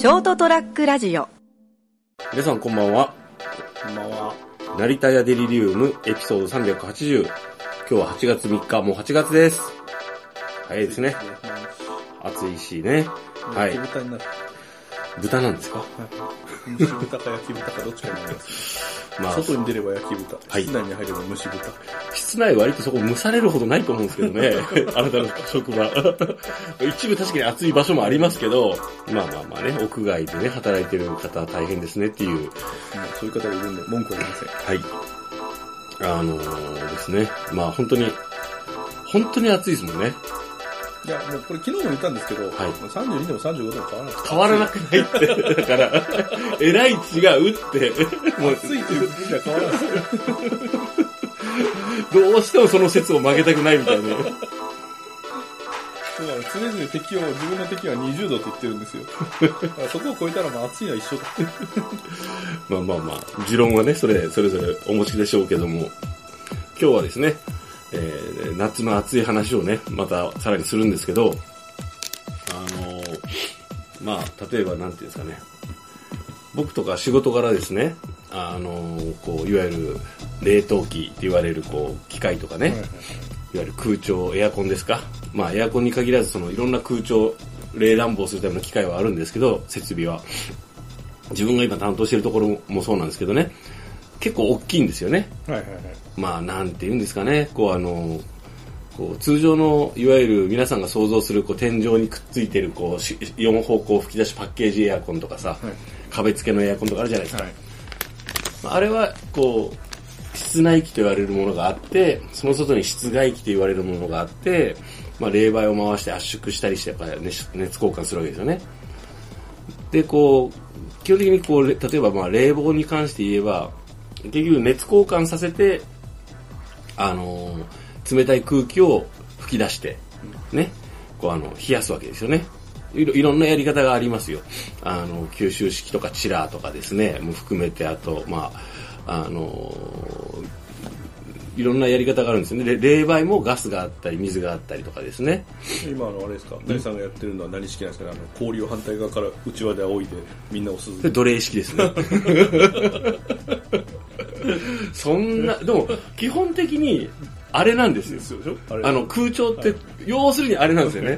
ショートトラックラジオ。 皆さんこんばんは。 こんばんは。 成田屋デリリウムエピソード380。今日は8月3日、もう8月です。早いですね。暑いしね。はい。 豚になる。 豚なんですか？ はい。蒸し豚か焼き豚かどっちかになります。まあ、外に出れば焼き豚、はい、室内に入れば蒸し豚。 室内割とそこ蒸されるほどないと思うんですけどね。あなたの職場。一部確かに暑い場所もありますけど、まあね、屋外でね、働いてる方は大変ですねっていう。 そういう方がいるんで文句はありません。 はい。ですね。まあ本当に暑いですもんね。 いや、もうこれ昨日も言ったんですけど、はい、32でも35でも変わらなくないって。だから、えらい違うって。 もう暑いという部分では変わらないですどうしてもその説を曲げたくないみたいな。 そうだ、常々自分の敵は20度って言ってるんですよ。だからそこを超えたらまあ暑いのは一緒だ。 まあ、持論はね、それぞれお持ちでしょうけども、今日はですね、夏の暑い話をね、またさらにするんですけど、まあ、例えばなんていうんですかね、僕とか仕事柄ですね、こう、いわゆる冷凍機って言われるこう、機械とかね、いわゆる空調、エアコンですか。まあ、エアコンに限らず、いろんな空調、冷暖房するための機械はあるんですけど、設備は。自分が今担当しているところもそうなんですけどね、結構大きいんですよね。まあ、なんて言うんですかね、こう通常の、いわゆる皆さんが想像する、こう、天井にくっついてる、こう、4方向吹き出しパッケージエアコンとかさ、壁付けのエアコンとかあるじゃないですか。あれは、こう、室内機と言われるものがあって、その外に室外機と言われるものがあって、まあ、冷媒を回して圧縮したりして、やっぱり熱交換するわけですよね。で、こう、基本的にこう、例えばまあ、冷房に関して言えば、結局熱交換させて、冷たい空気を吹き出して、ね、こう冷やすわけですよね。いろんなやり方がありますよ。吸収式とかチラーとかですね、も含めて、あと、まあ、いろんなやり方があるんですよね。冷媒もガスがあったり、水があったりとかですね。 今あれですか、大さんがやってるのは何式なんですかね。氷を反対側から内輪で仰いで、みんな押す。 奴隷式ですね。そんな、でも、基本的に、あれなんですよ。空調って、要するにあれなんですよね。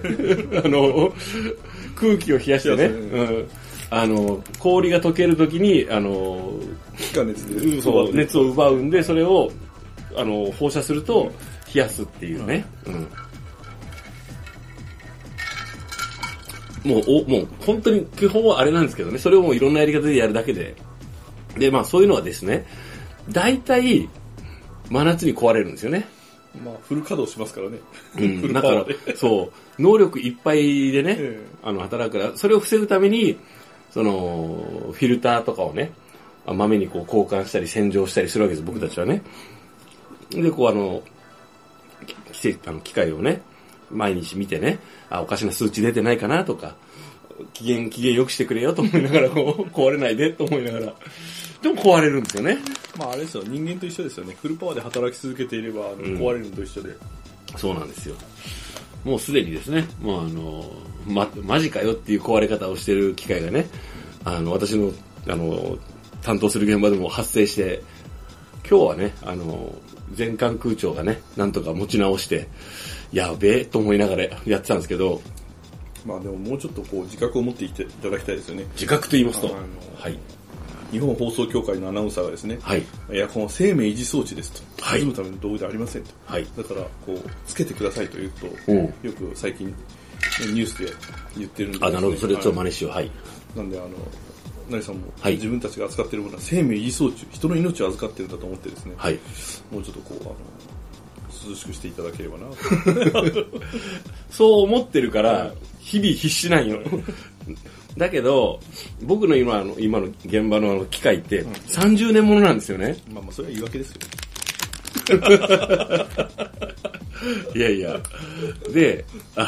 空気を冷やしてね。氷が溶けるときに、 気化熱で。 そう、熱を奪うんで、それを、放射すると、冷やすっていうね。もう、本当に基本はあれなんですけどね。それをもういろんなやり方でやるだけで。で、まあそういうのはですね、大体、真夏に壊れるんですよね。 まあ、フル稼働しますからね。 だから、そう、能力いっぱいでね、働くから、それを防ぐために、フィルターとかをね、まめにこう交換したり洗浄したりするわけです、僕たちはね。で、こう機械をね、毎日見てね、おかしな数値出てないかなとか、機嫌良くしてくれよと思いながら、壊れないでと思いながら、でも壊れるんですよね。 まああれですよ、人間と一緒ですよね。フルパワーで働き続けていれば、壊れるのと一緒で。 そうなんですよ。もうすでにですね、もうマジかよっていう壊れ方をしている機械がね、私の、担当する現場でも発生して、今日はね、全館空調がね、なんとか持ち直して、やべえと思いながらやってたんですけど、 まあでももうちょっとこう自覚を持っていただきたいですよね。 自覚と言いますと、はい。 日本放送協会のアナウンサーがですね、 はい、 エアコンは生命維持装置ですと、 はい、 済むための道具ではありませんと、はい、だからこうつけてくださいと言うと、よく最近ニュースで言ってるんですね。 なるほど、それちょっと真似しよう。はい。 なんで成さんも、自分たちが扱っているものは生命維持装置、人の命を預かっているんだと思ってですね、はい、もうちょっとこう涼しくしていただければなと。 そう思ってるから日々必死なんよ。だけど僕の今の現場の機械って30年ものなんですよね。 まあそれは言い訳ですよ。 いやいや。で、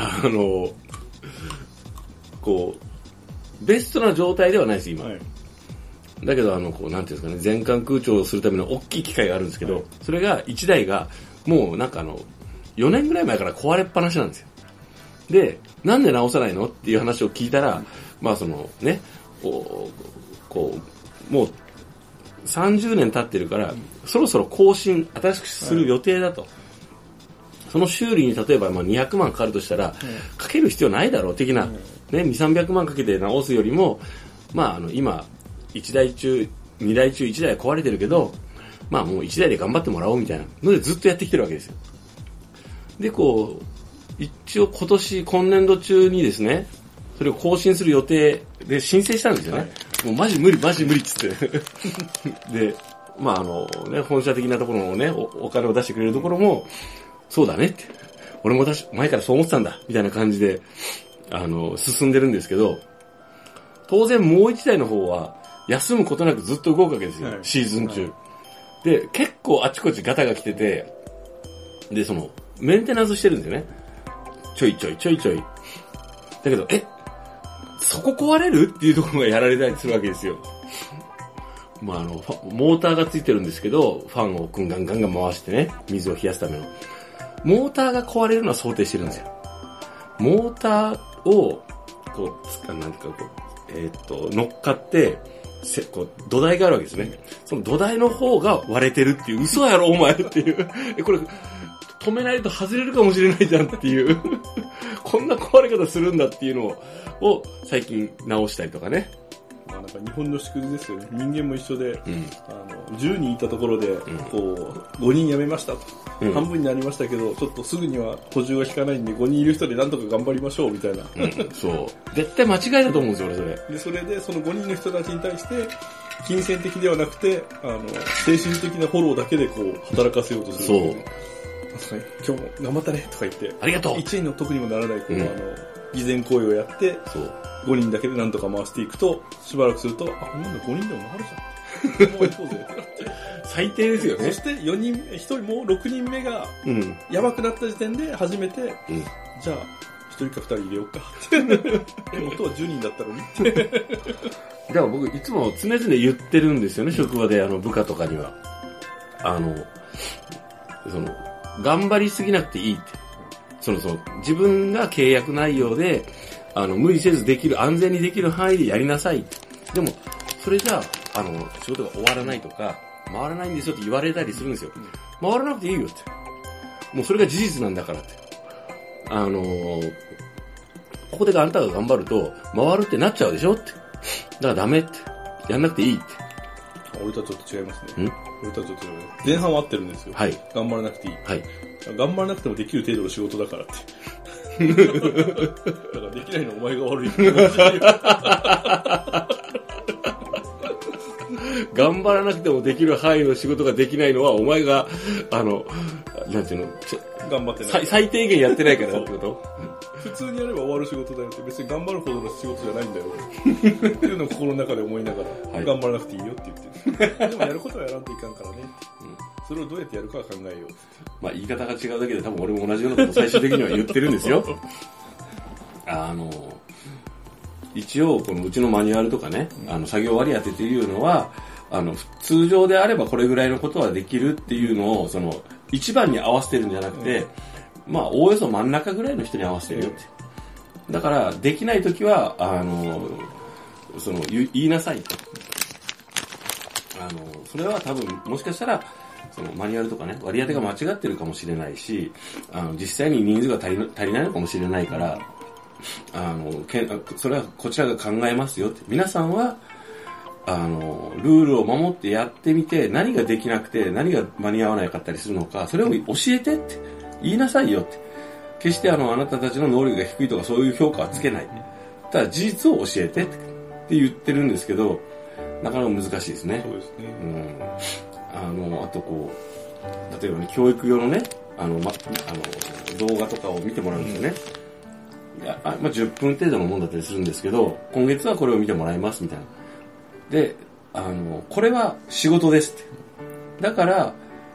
こうベストな状態ではないです今。だけどこうなんていうんですかね、全館空調をするための大きい機械があるんですけど、それが1台がもうなんか4年ぐらい前から壊れっぱなしなんですよ。で、なんで直さないのっていう話を聞いたら、まあね、 こう、もう30年経ってるから、そろそろ更新、新しくする予定だと。その修理に例えば200万かかるとしたら、かける必要ないだろう的な、ね、2、300万かけて直すよりも、今、1台中、2台中1台は壊れてるけど、もう1台で頑張ってもらおうみたいなのでずっとやってきてるわけですよ。で、一応今年度中にですね、それを更新する予定で申請したんですよね。もうマジ無理っつって。で、本社的なところもね、お金を出してくれるところも、そうだねって。俺も前からそう思ってたんだ。みたいな感じで、進んでるんですけど、当然もう一台の方は、休むことなくずっと動くわけですよ。シーズン中。で、結構あちこちガタが来てて、で、メンテナンスしてるんですよね。ちょいちょい。だけど、そこ壊れるっていうところがやられたりするわけですよ。モーターがついてるんですけど、ファンをガンガン回してね、水を冷やすための。モーターが壊れるのは想定してるんですよ。モーターを、乗っかって、土台があるわけですね。その土台の方が割れてるっていう、嘘やろお前っていう。これ、止めないと外れるかもしれないじゃんっていう。こんな壊れ方するんだっていうのを最近直したりとかね。 なんか日本の縮図ですよね。人間も一緒で、10人いたところで、5人辞めましたと。半分になりましたけど、ちょっとすぐには補充が効かないんで、5人いる人でなんとか頑張りましょうみたいな。 そう。絶対間違いだと思うんですよ、俺それ。 で、それでその5人の人たちに対して、金銭的ではなくて、精神的なフォローだけで働かせようとする、ね。そう。今日も頑張ったねとか言って、 ありがとう !1 円の得にもならない、偽善行為をやって、5人だけでなんとか回していくと、しばらくすると、なんだ5人でも回るじゃん。もう行こうぜ。 最低ですよね。 そして1人もう6人目が、やばくなった時点で初めて、じゃあ、1人か2人入れようかって。元は10人だったのにって。 だから僕いつも常々言ってるんですよね、職場で部下とかには。頑張りすぎなくていいって。自分が契約内容で、無理せずできる、安全にできる範囲でやりなさいって。でも、それじゃあ、仕事が終わらないとか、回らないんですよって言われたりするんですよ。回らなくていいよって。もうそれが事実なんだからって。ここであんたが頑張ると、回るってなっちゃうでしょって。だからダメって。やんなくていいって。 俺とはちょっと違いますね。俺とはちょっと違います。前半は合ってるんですよ。 はい。 頑張らなくていい。 はい。 頑張らなくてもできる程度の仕事だからって。だからできないのお前が悪い。 頑張らなくてもできる範囲の仕事ができないのはお前が、なんていうの、 頑張ってない。 最低限やってないからってこと普通にやれば終わる仕事だよって、別に頑張るほどの仕事じゃないんだよっていうのを心の中で思いながら、頑張らなくていいよって言ってる。でもやることはやらんといかんからねって。それをどうやってやるかは考えよう。 言い方が違うだけで多分俺も同じようなことを最終的には言ってるんですよ。一応このうちのマニュアルとかね、作業割り当てっていうのは、通常であればこれぐらいのことはできるっていうのを、一番に合わせてるんじゃなくて、おおよそ真ん中ぐらいの人に合わせてるよって。だから、できないときは、言いなさいと。それは多分、もしかしたら、マニュアルとかね、割り当てが間違ってるかもしれないし、実際に人数が足りないのかもしれないから、それはこちらが考えますよって。皆さんは、ルールを守ってやってみて、何ができなくて、何が間に合わなかったりするのか、それを教えてって言いなさいよって。決してあなたたちの能力が低いとかそういう評価はつけない。ただ事実を教えてって言ってるんですけど、なかなか難しいですね。 そうですね。 あと例えばね、教育用のね、動画とかを見てもらうんですよね。10分程度のもんだったりするんですけど、今月はこれを見てもらいますみたいな。で、これは仕事ですって。だから、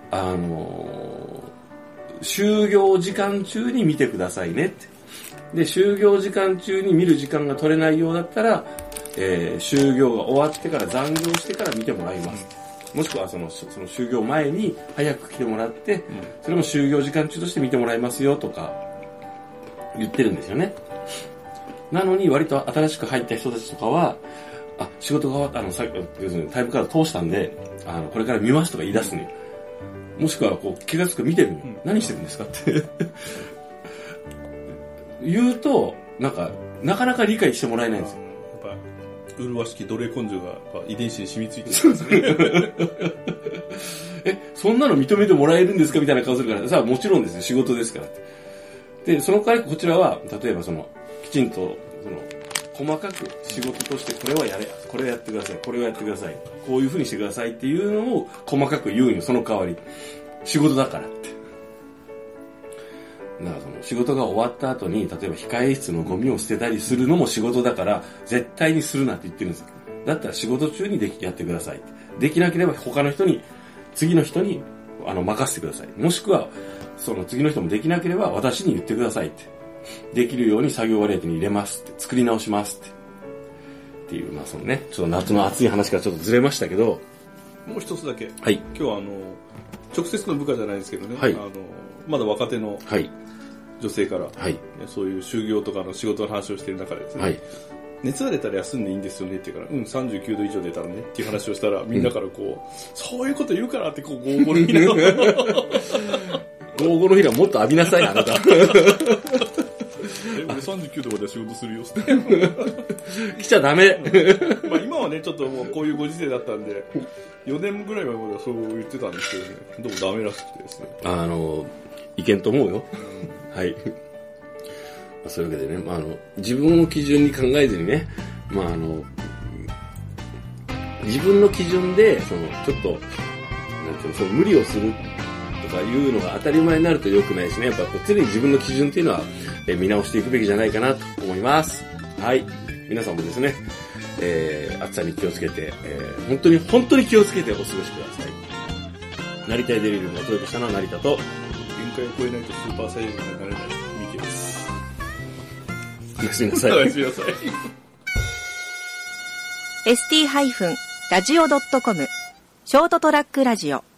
就業時間中に見てくださいねって。で、就業時間中に見る時間が取れないようだったら、就業が終わってから残業してから見てもらいます。もしくはその就業前に早く来てもらって、それも就業時間中として見てもらいますよとか言ってるんですよね。なのに割と新しく入った人たちとかは、 仕事が終わった、要するにタイムカード通したんで、これから見ますとか言い出すのよ。もしくは、気がつく見てるのよ。何してるんですかって言うと、なかなか理解してもらえないんですよ。 やっぱ、麗しき奴隷根性がやっぱ遺伝子に染みついてるんですね。 そんなの認めてもらえるんですかみたいな顔するから、さあもちろんですよ、仕事ですからって。で、その代わりこちらは、例えばきちんと、細かく仕事としてこれはやれ、これをやってください、これをやってください、こういう風にしてくださいっていうのを細かく言うんよ、その代わり。仕事だからって。だから仕事が終わった後に、例えば控え室のゴミを捨てたりするのも仕事だから、絶対にするなって言ってるんですよ。だったら仕事中にやってくださいって。できなければ他の人に、次の人に任せてください。もしくは、次の人もできなければ私に言ってくださいって。できるように作業割合に入れますって。作り直しますって。っていう、ちょっと夏の暑い話からちょっとずれましたけど。 もう一つだけ。 はい。 今日は直接の部下じゃないですけどね。 はい。 まだ若手の女性から、 はい。 そういう就業とかの仕事の話をしている中でですね。 はい。 熱が出たら休んでいいんですよねって言うから、39度以上出たらねっていう話をしたら、みんなからそういうこと言うからってゴーゴの日の。ゴーゴの日はもっと浴びなさい、あなた。 俺39度まで仕事するよって来ちゃダメ。 今はね、ちょっともうこういうご時世だったんで、4年ぐらい前まではそう言ってたんですけどね、どうもダメらしくてですね。 いけんと思うよ。はい。そういうわけでね、自分を基準に考えずにね、自分の基準で、ちょっと、なんていうの、無理をするとかいうのが当たり前になると良くないしね、やっぱ常に自分の基準っていうのは、見直していくべきじゃないかなと思います。はい。皆さんもですね、暑さに気をつけて、本当に気をつけてお過ごしください。成田エデリリウムをお届けしたのは成田と、 限界を超えないとスーパーサイヤ人になれないミケです。 おやすみなさい。 おやすみなさい。 st-radio.com ショートトラックラジオ